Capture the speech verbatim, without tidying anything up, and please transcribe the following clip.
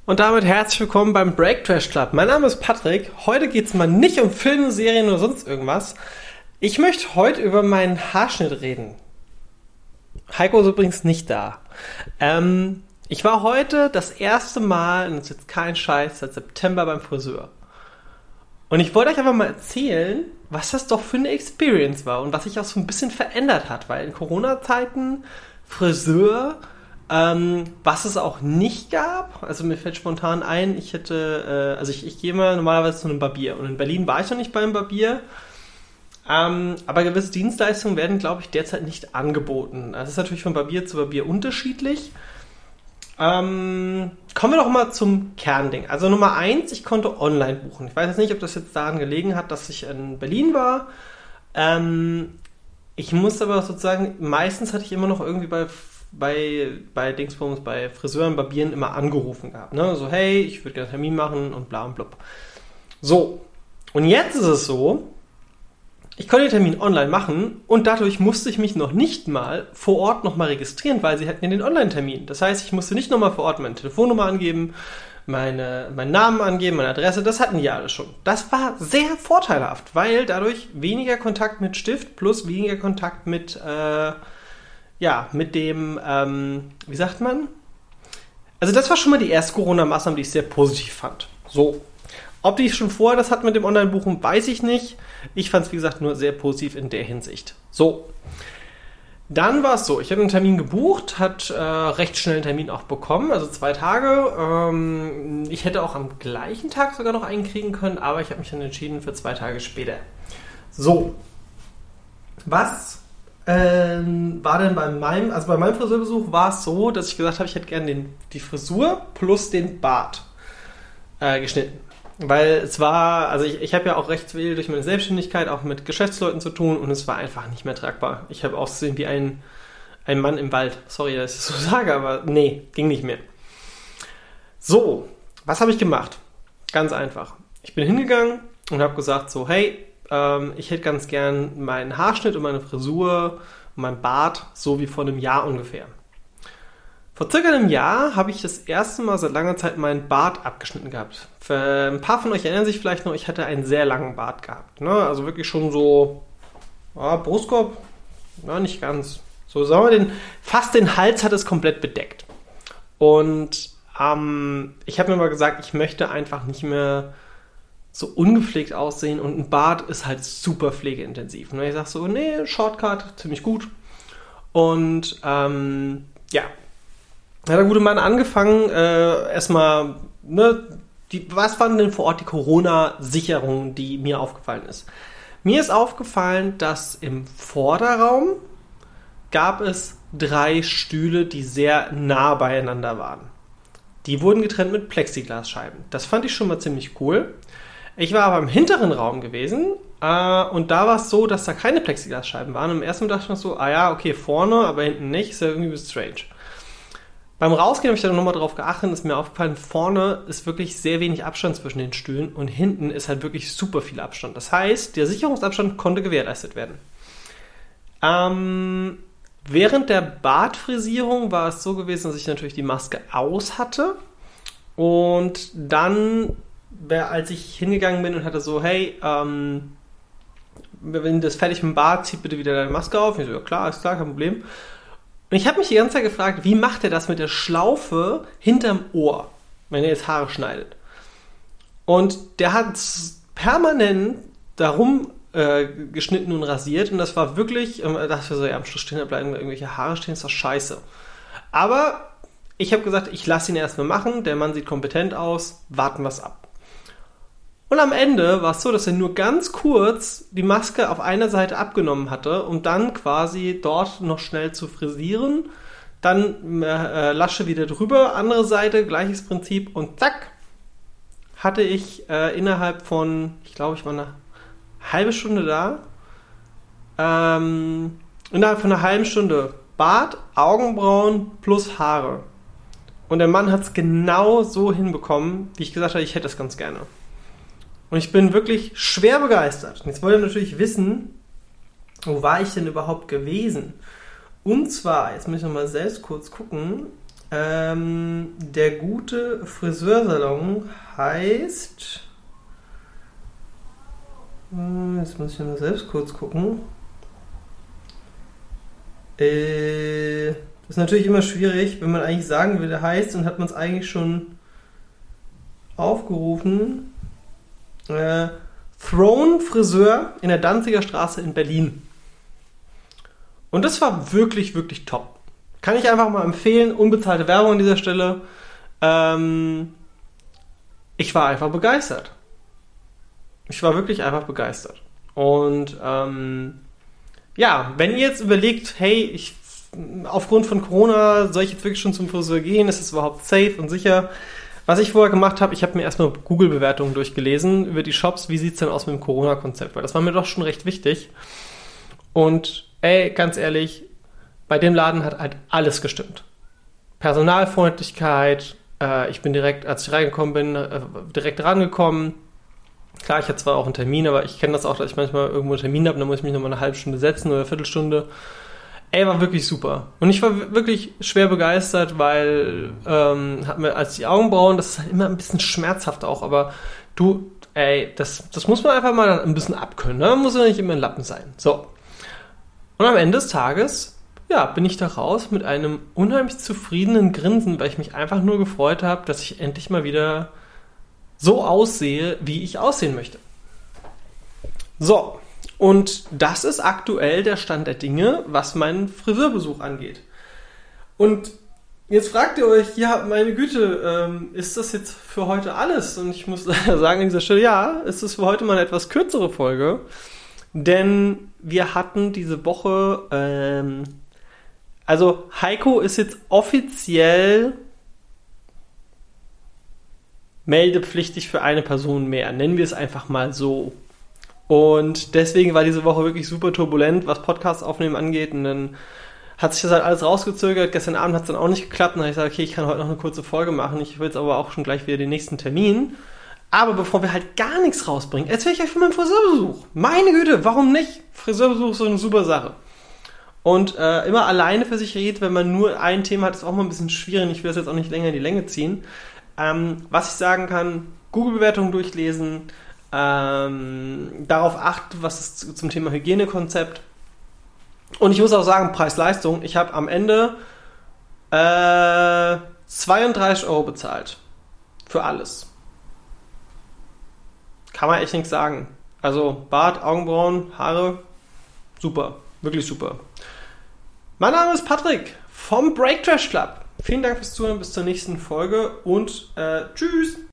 Und damit herzlich willkommen beim Break Trash Club. Mein Name ist Patrick. Heute geht es mal nicht um Filme, Serien oder sonst irgendwas. Ich möchte heute über meinen Haarschnitt reden. Heiko ist übrigens nicht da. Ähm, ich war heute das erste Mal, und das ist jetzt kein Scheiß, seit September beim Friseur. Und ich wollte euch einfach mal erzählen, was das doch für eine Experience war und was sich auch so ein bisschen verändert hat. Weil in Corona-Zeiten Friseur... Ähm, was es auch nicht gab, also mir fällt spontan ein, ich hätte, äh, also ich, ich gehe mal normalerweise zu einem Barbier und in Berlin war ich noch nicht beim Barbier, ähm, aber gewisse Dienstleistungen werden, glaube ich, derzeit nicht angeboten. Das ist natürlich von Barbier zu Barbier unterschiedlich. Ähm, kommen wir doch mal zum Kernding. Also Nummer eins, ich konnte online buchen. Ich weiß jetzt nicht, ob das jetzt daran gelegen hat, dass ich in Berlin war. Ähm, ich muss aber sozusagen, meistens hatte ich immer noch irgendwie bei bei, bei Dingsbums, bei Friseuren, Barbieren immer angerufen gehabt. Ne? So, hey, ich würde gerne einen Termin machen und bla und blub. So, und jetzt ist es so, ich konnte den Termin online machen und dadurch musste ich mich noch nicht mal vor Ort nochmal registrieren, weil sie hatten ja den Online-Termin. Das heißt, ich musste nicht nochmal vor Ort meine Telefonnummer angeben, meine, meinen Namen angeben, meine Adresse, das hatten die ja alle schon. Das war sehr vorteilhaft, weil dadurch weniger Kontakt mit Stift plus weniger Kontakt mit... Äh, Ja, mit dem, ähm, wie sagt man? Also das war schon mal die erste Corona-Maßnahme, die ich sehr positiv fand. So. Ob die schon vorher das hat mit dem Online-Buchen, weiß ich nicht. Ich fand es, wie gesagt, nur sehr positiv in der Hinsicht. So. Dann war es so, ich habe einen Termin gebucht, hat äh, recht schnell einen Termin auch bekommen, also zwei Tage. Ähm, ich hätte auch am gleichen Tag sogar noch einen kriegen können, aber ich habe mich dann entschieden für zwei Tage später. So. Was... Ähm, war denn bei meinem, also bei meinem Friseurbesuch war es so, dass ich gesagt habe, ich hätte gerne den, die Frisur plus den Bart äh, geschnitten. Weil es war, also ich, ich habe ja auch recht viel durch meine Selbstständigkeit auch mit Geschäftsleuten zu tun und es war einfach nicht mehr tragbar. Ich habe ausgesehen wie ein, ein Mann im Wald. Sorry, dass ich das so sage, aber nee, ging nicht mehr. So, was habe ich gemacht? Ganz einfach. Ich bin hingegangen und habe gesagt so, hey, ich hätte ganz gern meinen Haarschnitt und meine Frisur und mein Bart so wie vor einem Jahr ungefähr. Vor circa einem Jahr habe ich das erste Mal seit langer Zeit meinen Bart abgeschnitten gehabt. Für ein paar von euch erinnern sich vielleicht noch, ich hatte einen sehr langen Bart gehabt. Ne? Also wirklich schon so ja, Brustkorb, ja, nicht ganz. So sagen wir, den, fast den Hals hat es komplett bedeckt. Und ähm, ich habe mir mal gesagt, ich möchte einfach nicht mehr so ungepflegt aussehen und ein Bart ist halt super pflegeintensiv. Und ich sage so, nee, Shortcut, ziemlich gut. Und ähm, ja, hat der gute Mann angefangen, äh, erstmal, ne, die, was waren denn vor Ort die Corona-Sicherungen, die mir aufgefallen ist? Mir ist aufgefallen, dass im Vorderraum gab es drei Stühle, die sehr nah beieinander waren. Die wurden getrennt mit Plexiglasscheiben. Das fand ich schon mal ziemlich cool. Ich war aber im hinteren Raum gewesen äh, und da war es so, dass da keine Plexiglasscheiben waren. Und im ersten Mal dachte ich mir so, ah ja, okay, vorne, aber hinten nicht, ist ja irgendwie ein bisschen strange. Beim Rausgehen habe ich dann nochmal drauf geachtet, ist mir aufgefallen, vorne ist wirklich sehr wenig Abstand zwischen den Stühlen und hinten ist halt wirklich super viel Abstand. Das heißt, der Sicherungsabstand konnte gewährleistet werden. Ähm, während der Bartfrisierung war es so gewesen, dass ich natürlich die Maske aus hatte und dann... als ich hingegangen bin und hatte so, hey, ähm, wenn das fertig mit dem Bart, zieht bitte wieder deine Maske auf. Und ich so, ja klar, ist klar, kein Problem. Und ich habe mich die ganze Zeit gefragt, wie macht er das mit der Schlaufe hinterm Ohr, wenn er jetzt Haare schneidet? Und der hat permanent darum äh, geschnitten und rasiert und das war wirklich, ähm, da dachte ich so, ja, am Schluss stehen da bleiben irgendwelche Haare stehen, ist doch scheiße. Aber ich habe gesagt, ich lasse ihn erstmal machen, der Mann sieht kompetent aus, warten wir es ab. Und am Ende war es so, dass er nur ganz kurz die Maske auf einer Seite abgenommen hatte, um dann quasi dort noch schnell zu frisieren. Dann äh, Lasche wieder drüber, andere Seite, gleiches Prinzip und zack, hatte ich äh, innerhalb von, ich glaube, ich war eine halbe Stunde da, ähm, innerhalb von einer halben Stunde Bart, Augenbrauen plus Haare. Und der Mann hat es genau so hinbekommen, wie ich gesagt habe, ich hätte es ganz gerne. Und ich bin wirklich schwer begeistert. Und jetzt wollt ihr natürlich wissen, wo war ich denn überhaupt gewesen? Und zwar, jetzt muss ich nochmal selbst kurz gucken, Ähm, der gute Friseursalon heißt... Jetzt muss ich mal selbst kurz gucken. Äh, das ist natürlich immer schwierig, wenn man eigentlich sagen will, der heißt, dann hat man es eigentlich schon aufgerufen. Äh, Throne Friseur in der Danziger Straße in Berlin. Und das war wirklich, wirklich top. Kann ich einfach mal empfehlen. Unbezahlte Werbung an dieser Stelle. Ähm, ich war einfach begeistert. Ich war wirklich einfach begeistert. Und ähm, ja, wenn ihr jetzt überlegt, hey, ich aufgrund von Corona soll ich jetzt wirklich schon zum Friseur gehen? Ist es überhaupt safe und sicher? Was ich vorher gemacht habe, ich habe mir erstmal Google-Bewertungen durchgelesen über die Shops. Wie sieht es denn aus mit dem Corona-Konzept? Weil das war mir doch schon recht wichtig. Und ey, ganz ehrlich, bei dem Laden hat halt alles gestimmt. Personalfreundlichkeit, äh, ich bin direkt, als ich reingekommen bin, äh, direkt rangekommen. Klar, ich hatte zwar auch einen Termin, aber ich kenne das auch, dass ich manchmal irgendwo einen Termin habe, dann muss ich mich nochmal eine halbe Stunde setzen oder eine Viertelstunde. Ey, war wirklich super. Und ich war wirklich schwer begeistert, weil ähm, hat mir als die Augenbrauen, das ist halt immer ein bisschen schmerzhaft auch, aber du, ey, das, das muss man einfach mal ein bisschen abkönnen, ne? Muss ja nicht immer ein Lappen sein. So. Und am Ende des Tages, ja, bin ich da raus mit einem unheimlich zufriedenen Grinsen, weil ich mich einfach nur gefreut habe, dass ich endlich mal wieder so aussehe, wie ich aussehen möchte. So, und das ist aktuell der Stand der Dinge, was meinen Friseurbesuch angeht. Und jetzt fragt ihr euch, ja, meine Güte, ähm, ist das jetzt für heute alles? Und ich muss leider sagen an dieser Stelle, ja, ist es für heute mal eine etwas kürzere Folge, denn wir hatten diese Woche, ähm, also Heiko ist jetzt offiziell meldepflichtig für eine Person mehr. Nennen wir es einfach mal so. Und deswegen war diese Woche wirklich super turbulent, was Podcast aufnehmen angeht. Und dann hat sich das halt alles rausgezögert. Gestern Abend hat es dann auch nicht geklappt. Und dann habe ich gesagt, okay, ich kann heute noch eine kurze Folge machen. Ich will jetzt aber auch schon gleich wieder den nächsten Termin. Aber bevor wir halt gar nichts rausbringen, erzähle ich euch von meinem Friseurbesuch. Meine Güte, warum nicht? Friseurbesuch ist so eine super Sache. Und äh, immer alleine für sich redet, wenn man nur ein Thema hat, ist auch mal ein bisschen schwierig. Ich will das jetzt auch nicht länger in die Länge ziehen. Ähm, was ich sagen kann, Google-Bewertungen durchlesen, ähm, darauf achten, was ist zum Thema Hygienekonzept. Und ich muss auch sagen, Preis-Leistung, ich habe am Ende äh, zweiunddreißig Euro bezahlt. Für alles. Kann man echt nichts sagen. Also Bart, Augenbrauen, Haare, super. Wirklich super. Mein Name ist Patrick vom Break Trash Club. Vielen Dank fürs Zuhören, bis zur nächsten Folge und äh, tschüss!